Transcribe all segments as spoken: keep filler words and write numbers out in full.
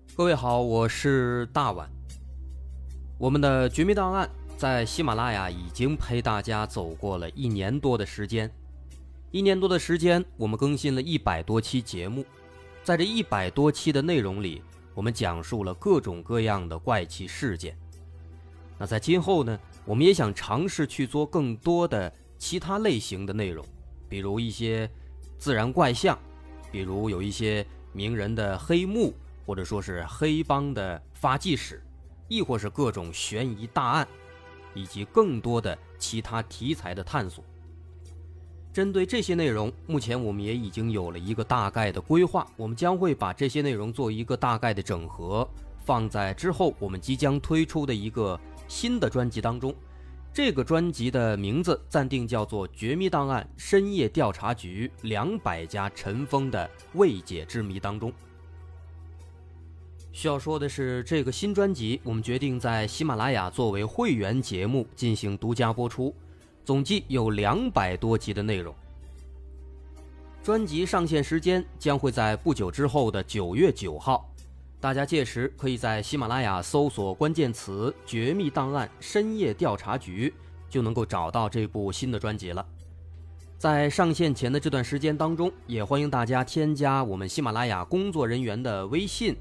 各位好，我是大碗。我们的绝密档案在喜马拉雅已经陪大家走过了一年多的时间，一年多的时间，我们更新了一百多期节目。在这一百多期的内容里，我们讲述了各种各样的怪奇事件。那在今后呢，我们也想尝试去做更多的其他类型的内容，比如一些自然怪象，比如有一些名人的黑幕，或者说是黑帮的发迹史，亦或是各种悬疑大案，以及更多的其他题材的探索。针对这些内容，目前我们也已经有了一个大概的规划，我们将会把这些内容做一个大概的整合，放在之后我们即将推出的一个新的专辑当中。这个专辑的名字暂定叫做《绝密档案深夜调查局两百家尘封的未解之谜》当中。需要说的是，这个新专辑我们决定在喜马拉雅作为会员节目进行独家播出，总计有两百多集的内容。专辑上线时间将会在不久之后的九月九号，大家届时可以在喜马拉雅搜索关键词绝密档案深夜调查局，就能够找到这部新的专辑了。在上线前的这段时间当中，也欢迎大家添加我们喜马拉雅工作人员的微信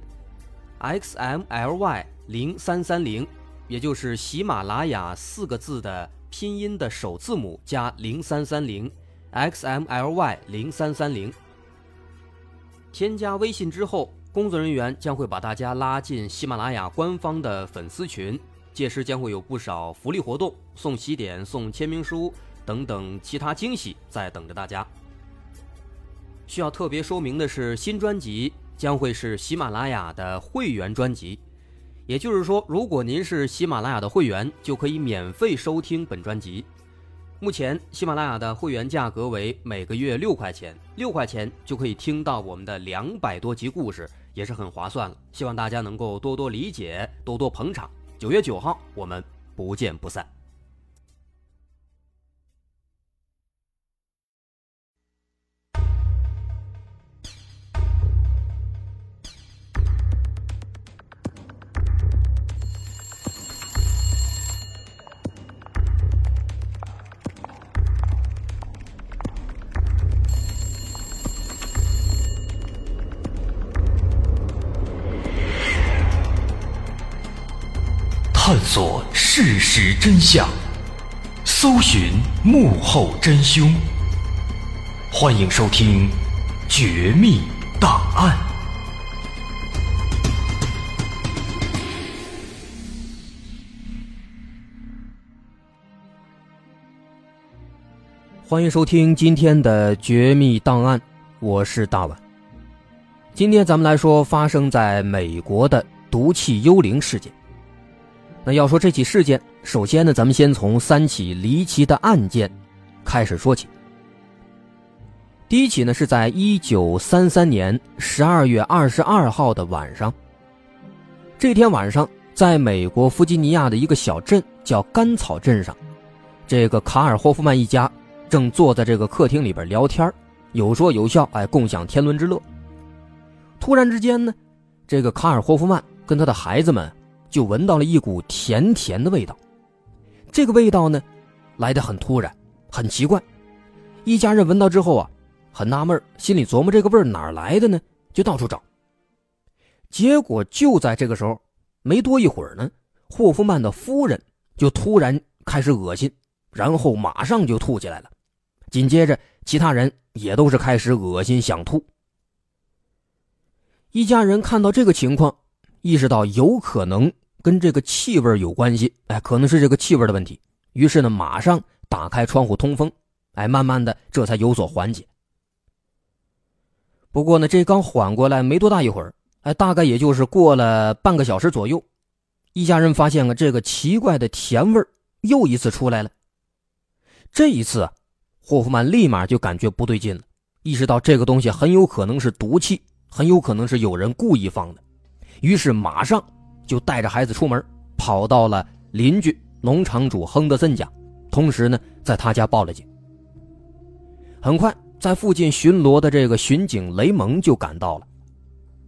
X M L Y 零三三零， 也就是喜马拉雅四个字的拼音的首字母加零三三零 X M L Y 零三三零。添加微信之后，工作人员将会把大家拉进喜马拉雅官方的粉丝群，届时将会有不少福利活动，送喜点、送签名书等等其他惊喜在等着大家。需要特别说明的是，新专辑将会是喜马拉雅的会员专辑，也就是说，如果您是喜马拉雅的会员，就可以免费收听本专辑。目前喜马拉雅的会员价格为每个月六块钱，六块钱就可以听到我们的两百多集故事，也是很划算了。希望大家能够多多理解，多多捧场。九月九号我们不见不散。 探索事实真相，搜寻幕后真凶。欢迎收听《绝密档案》。 欢迎收听今天的《绝密档案》，我是大碗。今天咱们来说发生在美国的毒气幽灵事件。那要说这起事件，首先呢，咱们先从三起离奇的案件开始说起。第一起呢，是在一九三三年十二月二十二号的晚上。这天晚上，在美国弗吉尼亚的一个小镇叫甘草镇上，这个卡尔霍夫曼一家正坐在这个客厅里边聊天，有说有笑，哎，共享天伦之乐。突然之间呢，这个卡尔霍夫曼跟他的孩子们就闻到了一股甜甜的味道。这个味道呢，来得很突然，很奇怪。一家人闻到之后啊，很纳闷，心里琢磨这个味儿哪儿来的呢，就到处找。结果就在这个时候，没多一会儿呢，霍夫曼的夫人就突然开始恶心，然后马上就吐起来了。紧接着其他人也都是开始恶心想吐。一家人看到这个情况，意识到有可能跟这个气味有关系，哎，可能是这个气味的问题。于是呢，马上打开窗户通风，哎，慢慢的这才有所缓解。不过呢，这刚缓过来没多大一会儿，哎，大概也就是过了半个小时左右，一家人发现了这个奇怪的甜味又一次出来了。这一次啊，霍夫曼立马就感觉不对劲了，意识到这个东西很有可能是毒气，很有可能是有人故意放的。于是马上就带着孩子出门，跑到了邻居农场主亨德森家，同时呢在他家报了警。很快在附近巡逻的这个巡警雷蒙就赶到了。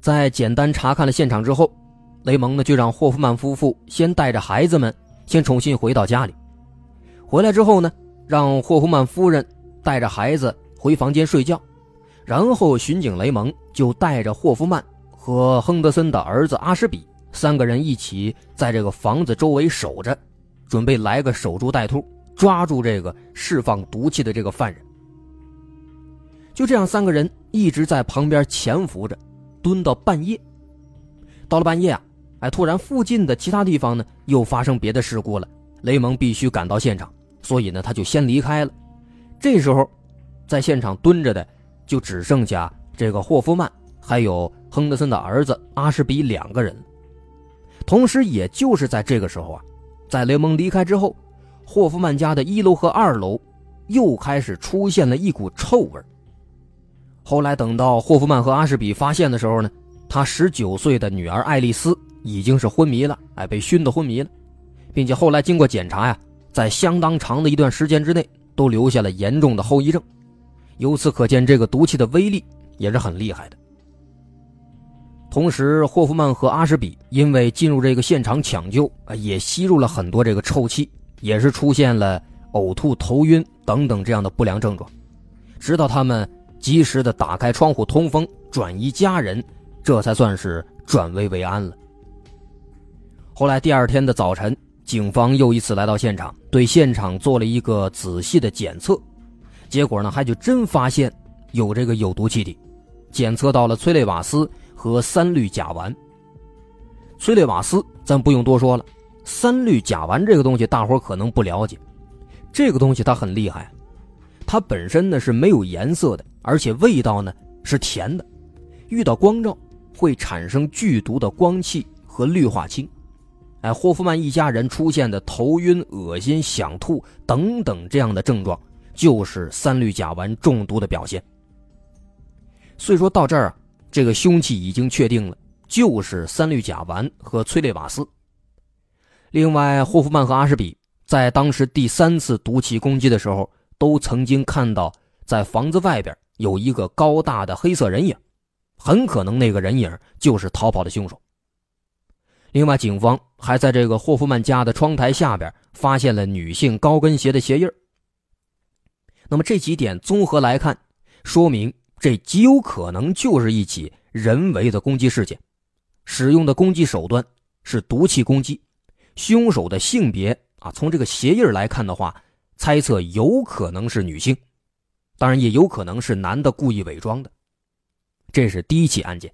在简单查看了现场之后，雷蒙呢就让霍夫曼夫妇先带着孩子们先重新回到家里。回来之后呢，让霍夫曼夫人带着孩子回房间睡觉，然后巡警雷蒙就带着霍夫曼和亨德森的儿子阿什比三个人一起在这个房子周围守着，准备来个守株待兔，抓住这个释放毒气的这个犯人。就这样，三个人一直在旁边潜伏着，蹲到半夜。到了半夜啊，哎，突然附近的其他地方呢又发生别的事故了，雷蒙必须赶到现场，所以呢他就先离开了。这时候在现场蹲着的就只剩下这个霍夫曼还有亨德森的儿子阿什比两个人。同时也就是在这个时候啊，在雷蒙离开之后，霍夫曼家的一楼和二楼又开始出现了一股臭味。后来等到霍夫曼和阿什比发现的时候呢，他十九岁的女儿爱丽丝已经是昏迷了，哎，被熏得昏迷了，并且后来经过检查呀，在相当长的一段时间之内都留下了严重的后遗症。由此可见，这个毒气的威力也是很厉害的。同时霍夫曼和阿什比因为进入这个现场抢救，也吸入了很多这个臭气，也是出现了呕吐、头晕等等这样的不良症状。直到他们及时的打开窗户通风，转移家人，这才算是转危为安了。后来第二天的早晨，警方又一次来到现场，对现场做了一个仔细的检测，结果呢还就真发现有这个有毒气体，检测到了催泪瓦斯和三氯甲烷。催泪瓦斯咱不用多说了，三氯甲烷这个东西大伙可能不了解，这个东西它很厉害，它本身呢是没有颜色的，而且味道呢是甜的，遇到光照会产生剧毒的光气和氯化氢。哎，霍夫曼一家人出现的头晕、恶心、想吐等等这样的症状，就是三氯甲烷中毒的表现。所以说到这儿啊，这个凶器已经确定了，就是三氯甲烷和催泪瓦斯。另外，霍夫曼和阿什比在当时第三次毒气攻击的时候，都曾经看到在房子外边有一个高大的黑色人影，很可能那个人影就是逃跑的凶手。另外，警方还在这个霍夫曼家的窗台下边发现了女性高跟鞋的鞋印。那么这几点综合来看，说明这极有可能就是一起人为的攻击事件，使用的攻击手段是毒气攻击，凶手的性别啊，从这个鞋印来看的话，猜测有可能是女性，当然也有可能是男的故意伪装的。这是第一起案件。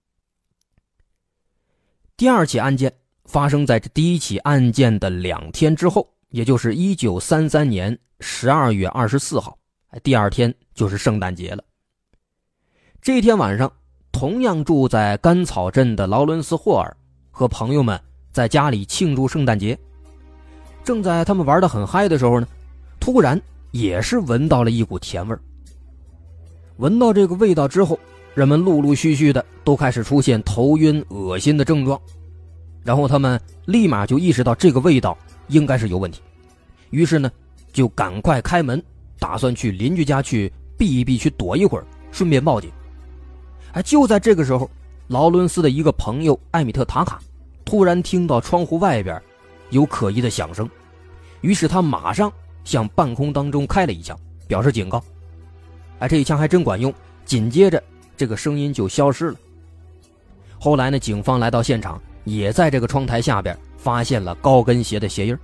第二起案件发生在这第一起案件的两天之后，也就是一九三三年十二月二十四号，第二天就是圣诞节了。这天晚上，同样住在甘草镇的劳伦斯·霍尔和朋友们在家里庆祝圣诞节。正在他们玩得很嗨的时候呢，突然也是闻到了一股甜味。闻到这个味道之后，人们陆陆续续的都开始出现头晕、恶心的症状，然后他们立马就意识到这个味道应该是有问题，于是呢就赶快开门，打算去邻居家去避一避，去躲一会儿，顺便报警。哎，就在这个时候，劳伦斯的一个朋友艾米特·塔卡突然听到窗户外边有可疑的响声，于是他马上向半空当中开了一枪，表示警告。哎，这一枪还真管用，紧接着这个声音就消失了。后来呢，警方来到现场，也在这个窗台下边发现了高跟鞋的鞋印。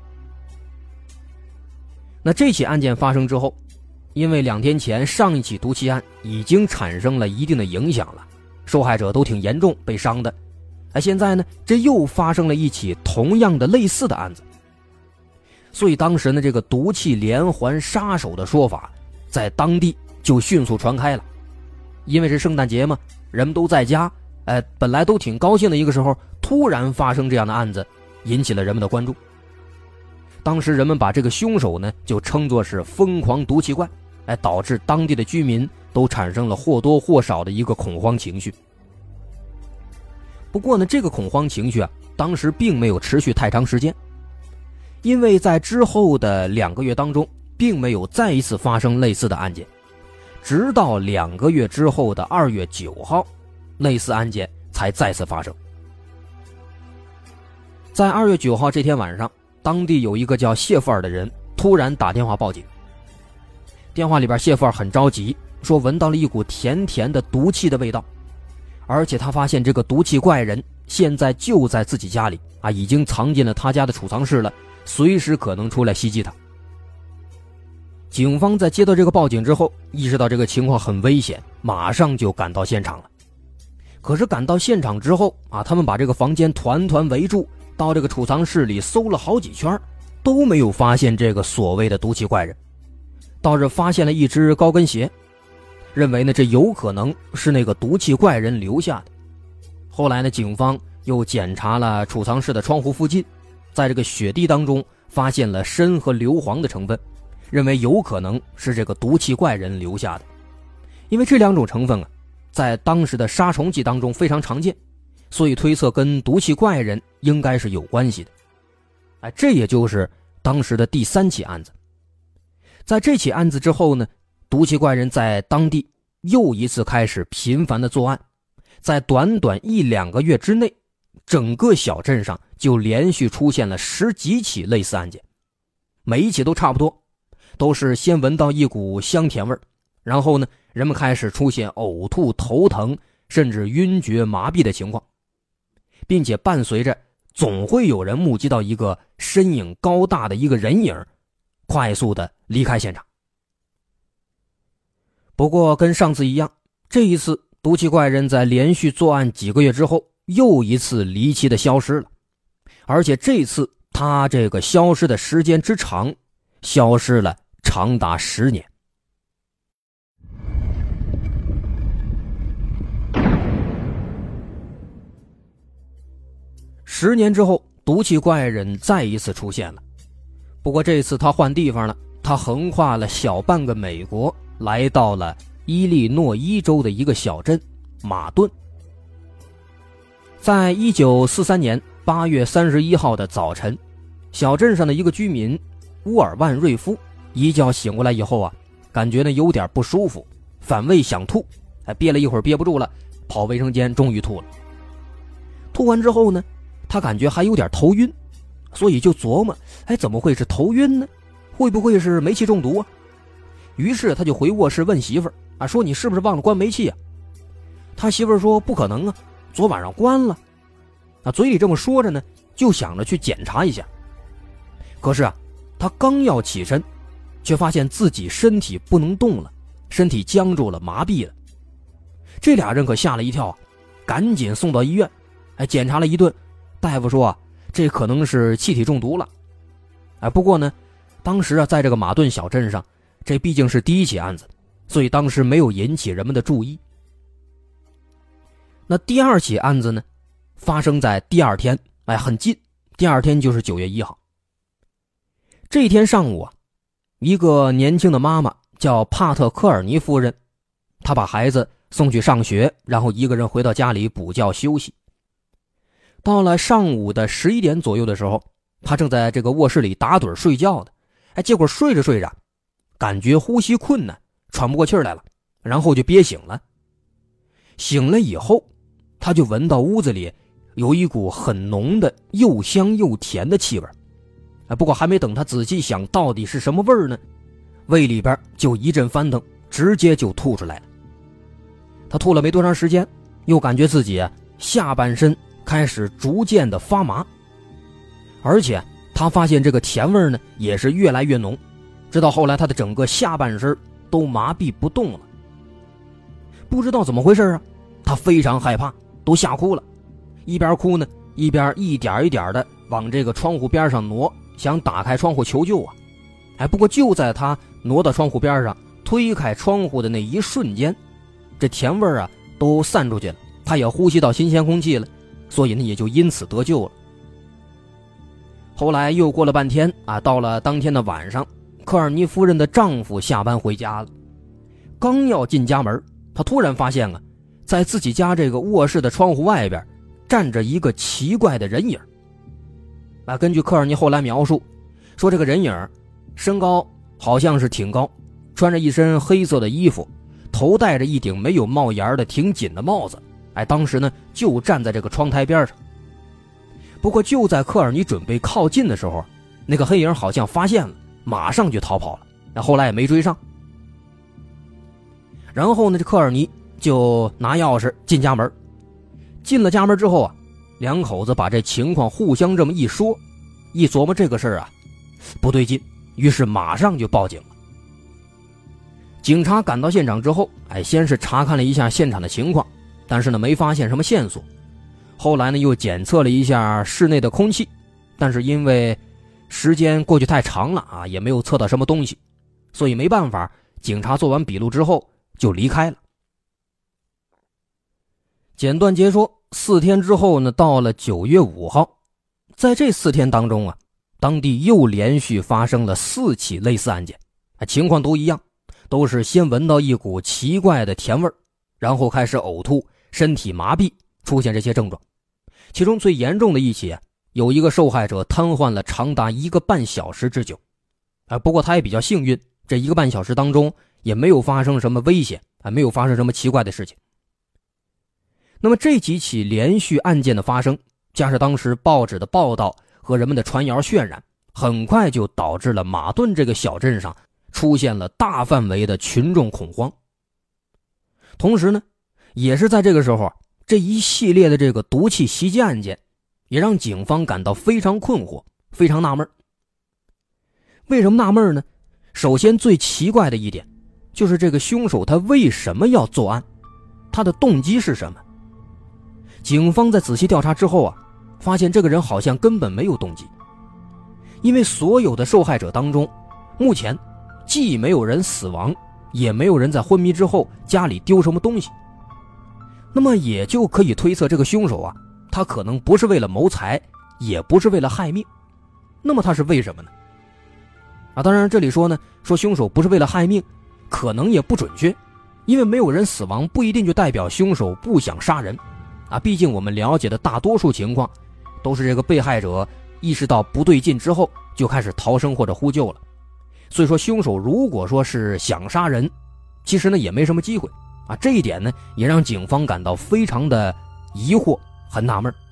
那这起案件发生之后，因为两天前上一起毒气案已经产生了一定的影响了，受害者都挺严重，被伤的。而现在呢，这又发生了一起同样的类似的案子，所以当时呢，这个毒气连环杀手的说法在当地就迅速传开了。因为是圣诞节嘛，人们都在家，哎，本来都挺高兴的一个时候，突然发生这样的案子，引起了人们的关注。当时人们把这个凶手呢就称作是疯狂毒气怪，哎，导致当地的居民都产生了或多或少的一个恐慌情绪。不过呢，这个恐慌情绪啊，当时并没有持续太长时间，因为在之后的两个月当中，并没有再一次发生类似的案件。直到两个月之后的二月九号，类似案件才才再次发生。在二月九号这天晚上，当地有一个叫谢富尔的人突然打电话报警。电话里边谢富尔很着急，说闻到了一股甜甜的毒气的味道，而且他发现这个毒气怪人现在就在自己家里啊，已经藏进了他家的储藏室了，随时可能出来袭击他。警方在接到这个报警之后，意识到这个情况很危险，马上就赶到现场了。可是赶到现场之后啊，他们把这个房间团团围住，到这个储藏室里搜了好几圈，都没有发现这个所谓的毒气怪人，倒是发现了一只高跟鞋，认为呢这有可能是那个毒气怪人留下的。后来呢，警方又检查了储藏室的窗户附近，在这个雪地当中发现了砷和硫磺的成分，认为有可能是这个毒气怪人留下的。因为这两种成分啊，在当时的杀虫剂当中非常常见，所以推测跟毒气怪人应该是有关系的。哎，这也就是当时的第三起案子。在这起案子之后呢，毒气怪人在当地又一次开始频繁的作案，在短短一两个月之内，整个小镇上就连续出现了十几起类似案件，每一起都差不多，都是先闻到一股香甜味，然后呢，人们开始出现呕吐、头疼，甚至晕厥、麻痹的情况，并且伴随着总会有人目击到一个身影高大的一个人影快速的离开现场。不过跟上次一样，这一次毒气怪人在连续作案几个月之后，又一次离奇的消失了，而且这次他这个消失的时间之长，消失了长达十年。十年之后，毒气怪人再一次出现了，不过这次他换地方了，他横跨了小半个美国，来到了伊利诺伊州的一个小镇马顿。在一九四三年八月三十一号的早晨，小镇上的一个居民乌尔万瑞夫一觉醒过来以后啊，感觉呢有点不舒服，反胃想吐，还憋了一会儿憋不住了，跑卫生间终于吐了。吐完之后呢，他感觉还有点头晕，所以就琢磨，哎，怎么会是头晕呢？会不会是煤气中毒啊？于是他就回卧室问媳妇儿啊，说你是不是忘了关煤气啊？他媳妇儿说不可能啊，昨晚上关了。啊，嘴里这么说着呢，就想着去检查一下。可是啊，他刚要起身，却发现自己身体不能动了，身体僵住了，麻痹了。这俩人可吓了一跳啊，赶紧送到医院，哎，检查了一顿，大夫说啊，这可能是气体中毒了。哎，不过呢，当时啊，在这个马顿小镇上，这毕竟是第一起案子，所以当时没有引起人们的注意。那第二起案子呢，发生在第二天，哎，很近，第二天就是九月一号。这天上午啊，一个年轻的妈妈叫帕特科尔尼夫人，她把孩子送去上学，然后一个人回到家里补觉休息。到了上午的十一点左右的时候，她正在这个卧室里打盹睡觉的，哎，结果睡着睡着，感觉呼吸困难，喘不过气来了，然后就憋醒了。醒了以后，她就闻到屋子里有一股很浓的又香又甜的气味。哎，不过还没等她仔细想到底是什么味儿呢，胃里边就一阵翻腾，直接就吐出来了。她吐了没多长时间，又感觉自己啊下半身开始逐渐的发麻，而且她发现这个甜味呢也是越来越浓，直到后来她的整个下半身都麻痹不动了。不知道怎么回事啊，她非常害怕，都吓哭了，一边哭呢一边一点一点的往这个窗户边上挪，想打开窗户求救啊。哎，不过就在她挪到窗户边上，推开窗户的那一瞬间，这甜味啊都散出去了，她也呼吸到新鲜空气了，所以呢也就因此得救了。后来又过了半天啊，到了当天的晚上，科尔尼夫人的丈夫下班回家了，刚要进家门，他突然发现啊，在自己家这个卧室的窗户外边站着一个奇怪的人影。啊，根据科尔尼后来描述，说这个人影身高好像是挺高，穿着一身黑色的衣服，头戴着一顶没有帽檐的挺紧的帽子， 哎，当时呢就站在这个窗台边上。不过就在科尔尼准备靠近的时候，那个黑影好像发现了，马上就逃跑了，那后来也没追上。然后呢，这科尔尼就拿钥匙进家门。进了家门之后啊，两口子把这情况互相这么一说，一琢磨这个事儿啊不对劲，于是马上就报警了。警察赶到现场之后，哎，先是查看了一下现场的情况，但是呢没发现什么线索。后来呢又检测了一下室内的空气，但是因为时间过去太长了啊，也没有测到什么东西，所以没办法，警察做完笔录之后就离开了。简短截说，四天之后呢，到了九月五号，在这四天当中啊，当地又连续发生了四起类似案件，情况都一样，都是先闻到一股奇怪的甜味，然后开始呕吐，身体麻痹，出现这些症状。其中最严重的一起啊，有一个受害者瘫痪了长达一个半小时之久。啊，不过他也比较幸运，这一个半小时当中也没有发生什么危险，啊，没有发生什么奇怪的事情。那么这几起连续案件的发生，加上当时报纸的报道和人们的传谣渲染，很快就导致了马顿这个小镇上出现了大范围的群众恐慌。同时呢，也是在这个时候啊，这一系列的这个毒气袭击案件也让警方感到非常困惑，非常纳闷。为什么纳闷呢？首先最奇怪的一点就是这个凶手他为什么要作案，他的动机是什么？警方在仔细调查之后啊，发现这个人好像根本没有动机。因为所有的受害者当中，目前既没有人死亡，也没有人在昏迷之后家里丢什么东西。那么也就可以推测这个凶手啊，他可能不是为了谋财，也不是为了害命。那么他是为什么呢？啊，当然这里说呢，说凶手不是为了害命，可能也不准确，因为没有人死亡不一定就代表凶手不想杀人。啊，毕竟我们了解的大多数情况都是这个被害者意识到不对劲之后就开始逃生或者呼救了。所以说凶手如果说是想杀人，其实呢也没什么机会啊，这一点呢也让警方感到非常的疑惑，很纳闷。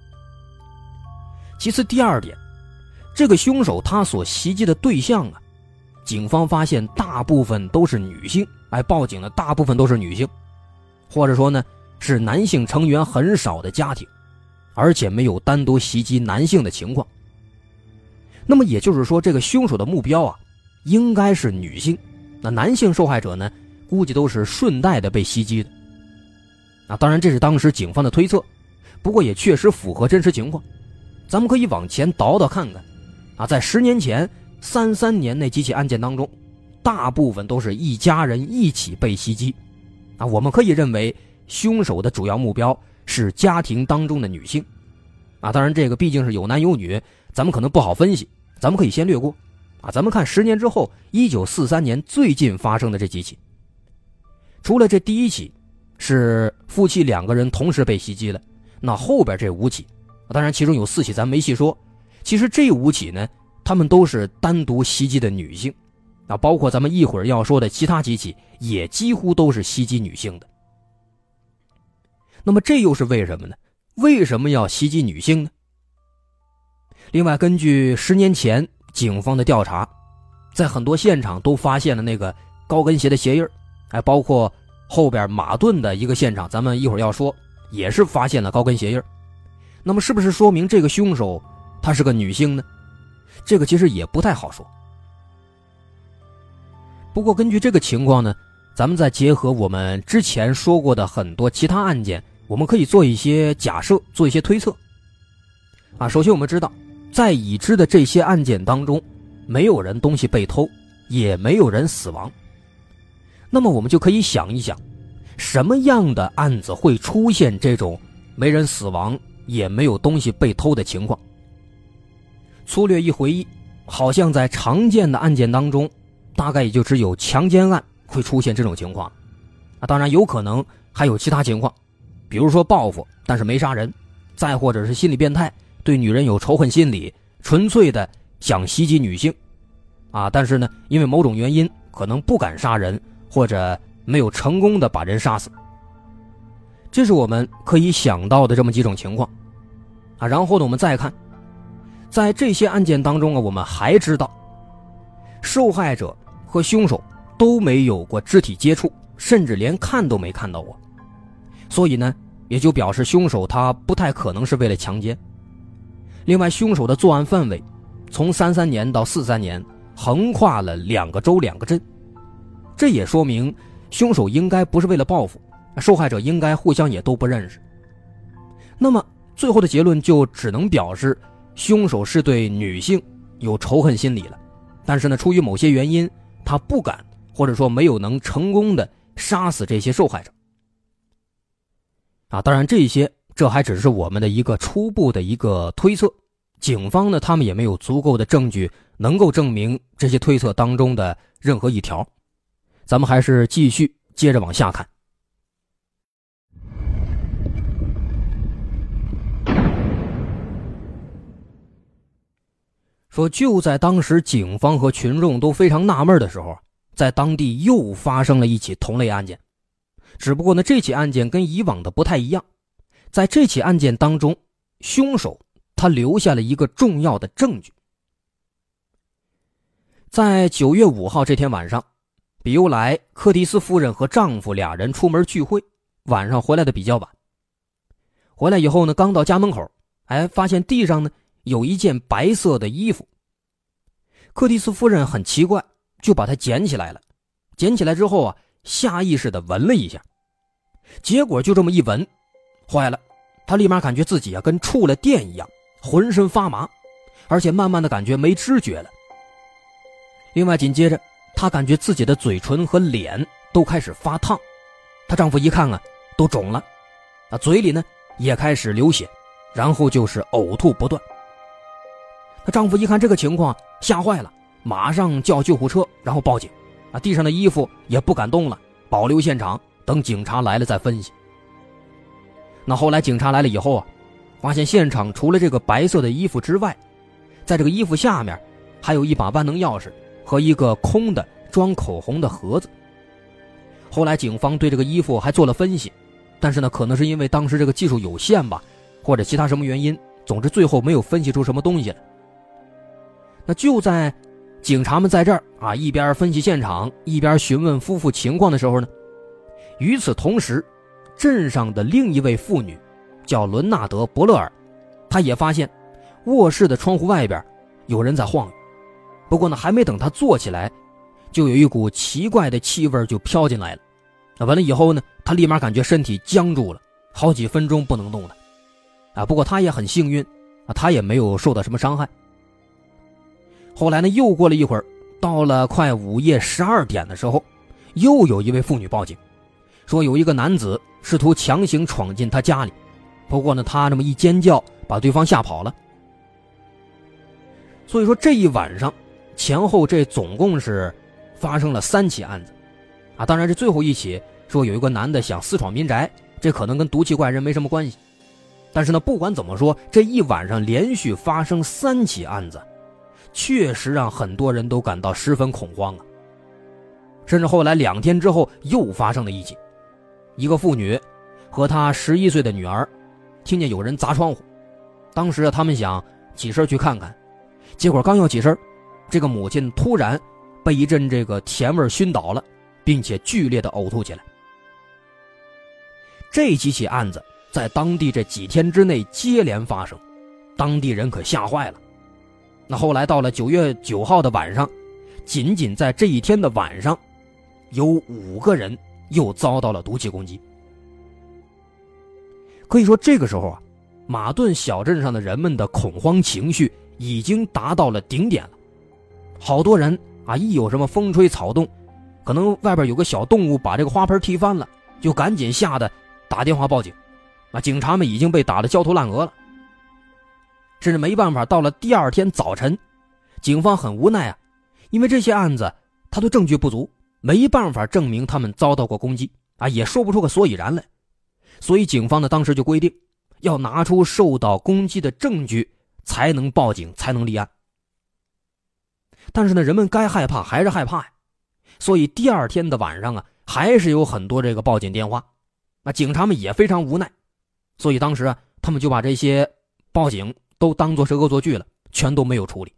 其次第二点，这个凶手他所袭击的对象啊，警方发现大部分都是女性，哎，报警的大部分都是女性，或者说呢是男性成员很少的家庭，而且没有单独袭击男性的情况。那么也就是说，这个凶手的目标啊应该是女性，那男性受害者呢估计都是顺带的被袭击的。啊，当然这是当时警方的推测，不过也确实符合真实情况。咱们可以往前倒倒看看啊，在十年前三三年那几起案件当中，大部分都是一家人一起被袭击。啊，我们可以认为凶手的主要目标是家庭当中的女性。啊，当然这个毕竟是有男有女，咱们可能不好分析，咱们可以先略过。啊，咱们看十年之后一九四三年最近发生的这几起。除了这第一起是夫妻两个人同时被袭击了，那后边这五起，当然其中有四起咱没细说，其实这五起呢他们都是单独袭击的女性。啊，包括咱们一会儿要说的其他几起也几乎都是袭击女性的。那么这又是为什么呢？为什么要袭击女性呢？另外根据十年前警方的调查，在很多现场都发现了那个高跟鞋的鞋印，还包括后边马顿的一个现场咱们一会儿要说也是发现了高跟鞋印。那么是不是说明这个凶手她是个女性呢？这个其实也不太好说。不过根据这个情况呢，咱们再结合我们之前说过的很多其他案件，我们可以做一些假设，做一些推测。啊，首先我们知道在已知的这些案件当中，没有人东西被偷，也没有人死亡。那么我们就可以想一想，什么样的案子会出现这种没人死亡也没有东西被偷的情况？粗略一回忆，好像在常见的案件当中，大概也就只有强奸案会出现这种情况。啊，当然有可能还有其他情况，比如说报复但是没杀人，再或者是心理变态，对女人有仇恨心理，纯粹的想袭击女性。啊，但是呢因为某种原因可能不敢杀人，或者没有成功的把人杀死。 这是我们可以想到的这么几种情况啊。然后呢，我们再看，在这些案件当中啊，我们还知道受害者和凶手都没有过肢体接触，甚至连看都没看到过，所以呢，也就表示凶手他不太可能是为了强奸。另外，凶手的作案范围从三三年到四三年，横跨了两个州两个镇，这也说明凶手应该不是为了报复，受害者应该互相也都不认识。那么最后的结论就只能表示凶手是对女性有仇恨心理了，但是呢，出于某些原因，他不敢或者说没有能成功的杀死这些受害者啊。当然这些这还只是我们的一个初步的一个推测，警方呢他们也没有足够的证据能够证明这些推测当中的任何一条。咱们还是继续接着往下看。说就在当时警方和群众都非常纳闷的时候，在当地又发生了一起同类案件。只不过呢，这起案件跟以往的不太一样，在这起案件当中，凶手他留下了一个重要的证据。在九月五号这天晚上，比尤莱、柯蒂斯夫人和丈夫俩人出门聚会，晚上回来的比较晚。回来以后呢，刚到家门口，哎，发现地上呢有一件白色的衣服。柯蒂斯夫人很奇怪，就把它捡起来了。捡起来之后啊，下意识地闻了一下，结果就这么一闻，坏了，她立马感觉自己啊跟触了电一样，浑身发麻，而且慢慢的感觉没知觉了。另外紧接着，她感觉自己的嘴唇和脸都开始发烫，她丈夫一看啊，都肿了，啊，嘴里呢也开始流血，然后就是呕吐不断。她丈夫一看这个情况，吓坏了，马上叫救护车，然后报警。啊，地上的衣服也不敢动了，保留现场，等警察来了再分析。那后来警察来了以后啊，发现现场除了这个白色的衣服之外，在这个衣服下面还有一把万能钥匙和一个空的装口红的盒子。后来警方对这个衣服还做了分析，但是呢，可能是因为当时这个技术有限吧，或者其他什么原因，总之最后没有分析出什么东西来。那就在警察们在这儿啊，一边分析现场，一边询问夫妇情况的时候呢，与此同时，镇上的另一位妇女叫伦纳德·伯勒尔，她也发现卧室的窗户外边有人在晃悠。不过呢，还没等她坐起来，就有一股奇怪的气味就飘进来了。那完了以后呢，她立马感觉身体僵住了，好几分钟不能动了。啊，不过她也很幸运啊，她也没有受到什么伤害。后来呢，又过了一会儿，到了快午夜十二点的时候，又有一位妇女报警，说有一个男子试图强行闯进她家里，不过呢，他这么一尖叫，把对方吓跑了。所以说这一晚上前后这总共是发生了三起案子啊。当然这最后一起说有一个男的想私闯民宅，这可能跟毒气怪人没什么关系。但是呢，不管怎么说，这一晚上连续发生三起案子，确实让很多人都感到十分恐慌啊。甚至后来两天之后又发生了一起，一个妇女和她十一岁的女儿听见有人砸窗户，当时他们想起身去看看，结果刚要起身，这个母亲突然被一阵这个甜味熏倒了，并且剧烈的呕吐起来。这几起案子在当地这几天之内接连发生，当地人可吓坏了。那后来到了九月九号的晚上，仅仅在这一天的晚上，有五个人又遭到了毒气攻击。可以说这个时候啊，马顿小镇上的人们的恐慌情绪已经达到了顶点了。好多人啊，一有什么风吹草动，可能外边有个小动物把这个花盆踢翻了，就赶紧吓得打电话报警。啊，警察们已经被打得焦头烂额了。甚至没办法，到了第二天早晨，警方很无奈啊，因为这些案子他的证据不足，没办法证明他们遭到过攻击啊，也说不出个所以然来。所以警方呢，当时就规定要拿出受到攻击的证据才能报警，才能立案。但是呢，人们该害怕还是害怕呀，所以第二天的晚上啊，还是有很多这个报警电话那警察们也非常无奈，所以当时啊，他们就把这些报警都当作是恶作剧了，全都没有处理。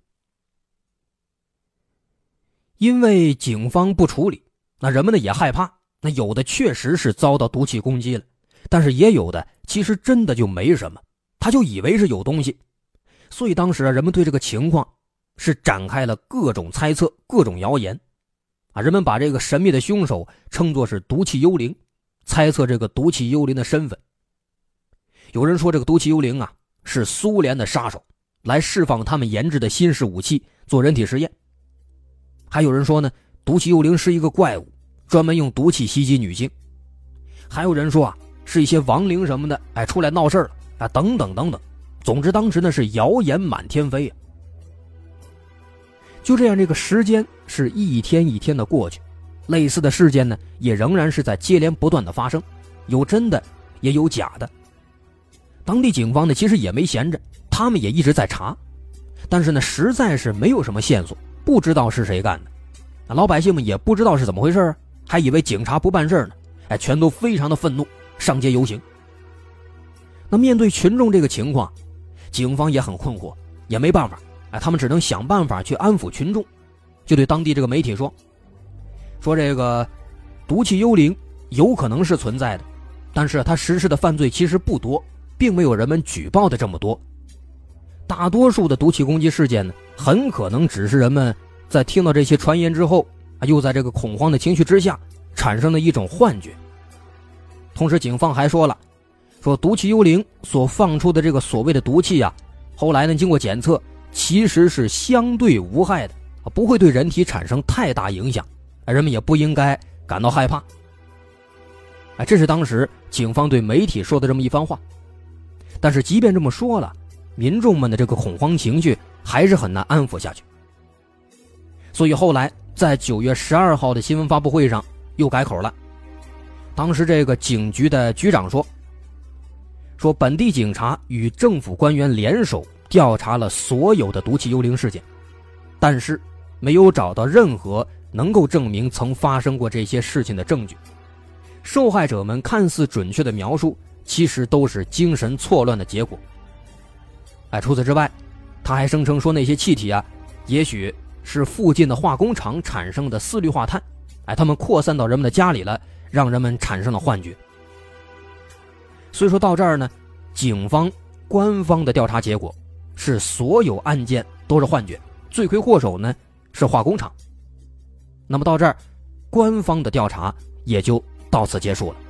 因为警方不处理，那人们呢也害怕，那有的确实是遭到毒气攻击了，但是也有的其实真的就没什么，他就以为是有东西。所以当时啊，人们对这个情况是展开了各种猜测，各种谣言啊，人们把这个神秘的凶手称作是毒气幽灵，猜测这个毒气幽灵的身份。有人说这个毒气幽灵啊是苏联的杀手，来释放他们研制的新式武器做人体实验。还有人说呢，毒气幽灵是一个怪物，专门用毒气袭击女性。还有人说啊，是一些亡灵什么的，哎，出来闹事了啊，等等等等。总之当时呢是谣言满天飞啊。就这样，这个时间是一天一天的过去，类似的事件呢也仍然是在接连不断的发生，有真的也有假的。当地警方呢其实也没闲着，他们也一直在查，但是呢实在是没有什么线索，不知道是谁干的。老百姓们也不知道是怎么回事，还以为警察不办事呢，哎，全都非常的愤怒，上街游行。那面对群众这个情况，警方也很困惑，也没办法，哎，他们只能想办法去安抚群众，就对当地这个媒体说，说这个毒气幽灵有可能是存在的，但是他实施的犯罪其实不多，并没有人们举报的这么多。大多数的毒气攻击事件呢，很可能只是人们在听到这些传言之后，又在这个恐慌的情绪之下产生的一种幻觉。同时警方还说了，说毒气幽灵所放出的这个所谓的毒气啊，后来呢经过检测其实是相对无害的，不会对人体产生太大影响，人们也不应该感到害怕。哎，这是当时警方对媒体说的这么一番话。但是即便这么说了，民众们的这个恐慌情绪还是很难安抚下去。所以后来在九月十二号的新闻发布会上又改口了。当时这个警局的局长说，说本地警察与政府官员联手调查了所有的毒气幽灵事件，但是没有找到任何能够证明曾发生过这些事情的证据。受害者们看似准确的描述，其实都是精神错乱的结果。哎，除此之外，他还声称说那些气体啊，也许是附近的化工厂产生的四氯化碳，哎，他们扩散到人们的家里了，让人们产生了幻觉。所以说到这儿呢，警方官方的调查结果是所有案件都是幻觉，罪魁祸首呢是化工厂。那么到这儿，官方的调查也就到此结束了。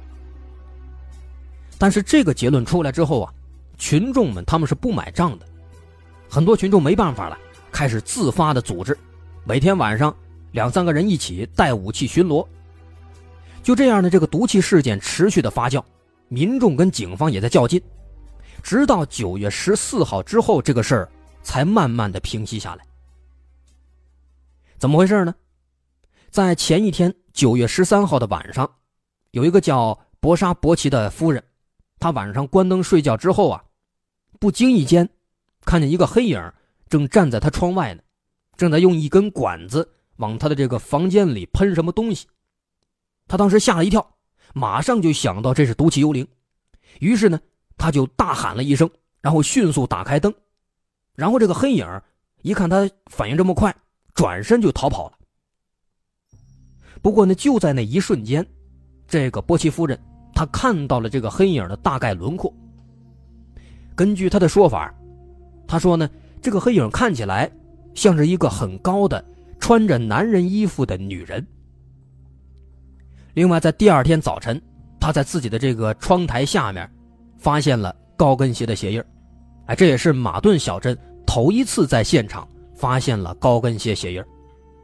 但是这个结论出来之后啊，群众们他们是不买账的，很多群众没办法了，开始自发的组织，每天晚上两三个人一起带武器巡逻。就这样的这个毒气事件持续的发酵，民众跟警方也在较劲，直到九月十四号之后，这个事儿才慢慢的平息下来。怎么回事呢？在前一天九月十三号的晚上，有一个叫博沙伯奇的夫人，她晚上关灯睡觉之后啊，不经意间看见一个黑影正站在她窗外呢，正在用一根管子往她的这个房间里喷什么东西。她当时吓了一跳，马上就想到这是毒气幽灵，于是呢她就大喊了一声，然后迅速打开灯，然后这个黑影一看她反应这么快，转身就逃跑了。不过呢，就在那一瞬间，这个波奇夫人她看到了这个黑影的大概轮廓。根据她的说法，她说呢，这个黑影看起来像是一个很高的穿着男人衣服的女人。另外在第二天早晨，她在自己的这个窗台下面发现了高跟鞋的鞋印。哎，这也是马顿小镇头一次在现场发现了高跟鞋鞋印。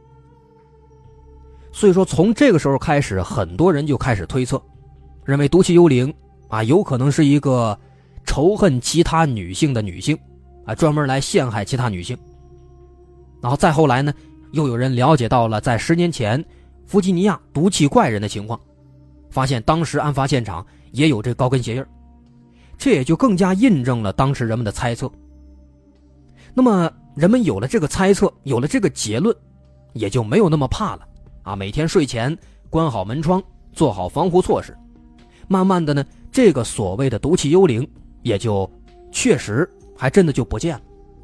所以说从这个时候开始，很多人就开始推测，认为毒气幽灵啊有可能是一个仇恨其他女性的女性啊，专门来陷害其他女性。然后再后来呢，又有人了解到了在十年前弗吉尼亚毒气怪人的情况，发现当时案发现场也有这高跟鞋印，这也就更加印证了当时人们的猜测。那么人们有了这个猜测，有了这个结论，也就没有那么怕了啊！每天睡前关好门窗，做好防护措施， 慢慢的呢，这个所谓的毒气幽灵也就确实还真的就不见了。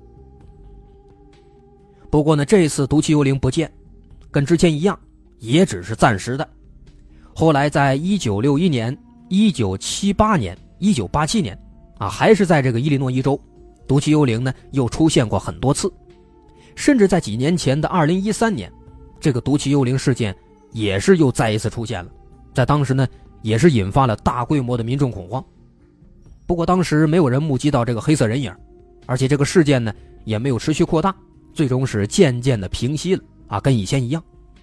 不过呢，这次毒气幽灵不见跟之前一样，也只是暂时的。后来在一九六一年、一九七八年、一九八七年啊，还是在这个伊利诺伊州，毒气幽灵呢又出现过很多次。甚至在几年前的二零一三年，这个毒气幽灵事件也是又再一次出现了，在当时呢也是引发了大规模的民众恐慌。不过当时没有人目击到这个黑色人影，而且这个事件呢也没有持续扩大，最终是渐渐的平息了啊，跟以前一样。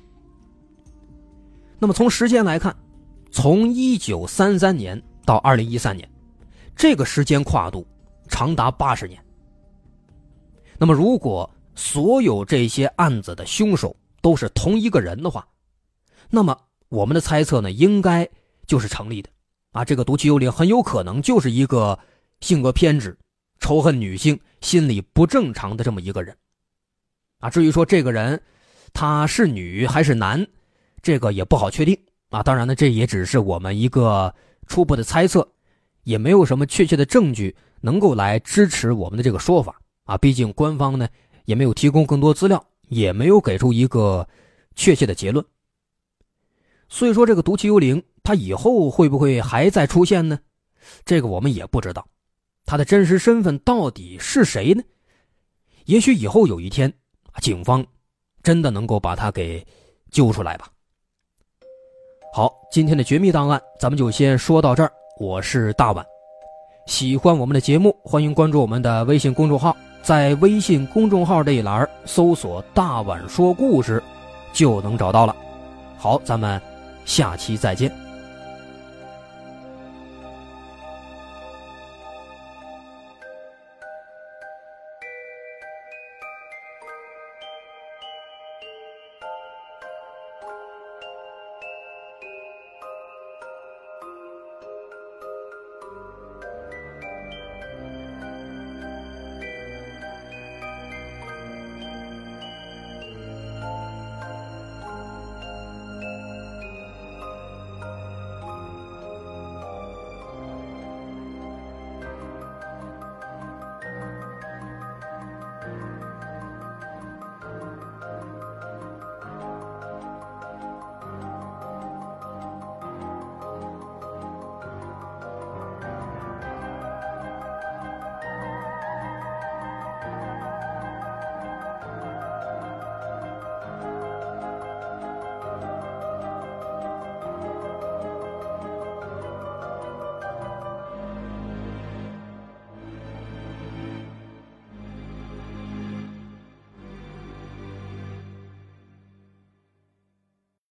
那么从时间来看，从一九三三年到二零一三年，这个时间跨度长达八十年。那么如果所有这些案子的凶手都是同一个人的话，那么我们的猜测呢应该就是成立的啊，这个毒气幽灵很有可能就是一个性格偏执、仇恨女性、心理不正常的这么一个人啊。至于说这个人他是女还是男，这个也不好确定啊。当然呢，这也只是我们一个初步的猜测，也没有什么确切的证据能够来支持我们的这个说法啊。毕竟官方呢也没有提供更多资料，也没有给出一个确切的结论。所以说这个毒气幽灵它以后会不会还再出现呢？这个我们也不知道，它的真实身份到底是谁呢？也许以后有一天警方真的能够把它给揪出来吧。好，今天的绝密档案咱们就先说到这儿，我是大碗。喜欢我们的节目，欢迎关注我们的微信公众号，在微信公众号这一栏搜索大碗说故事就能找到了。好，咱们下期再见。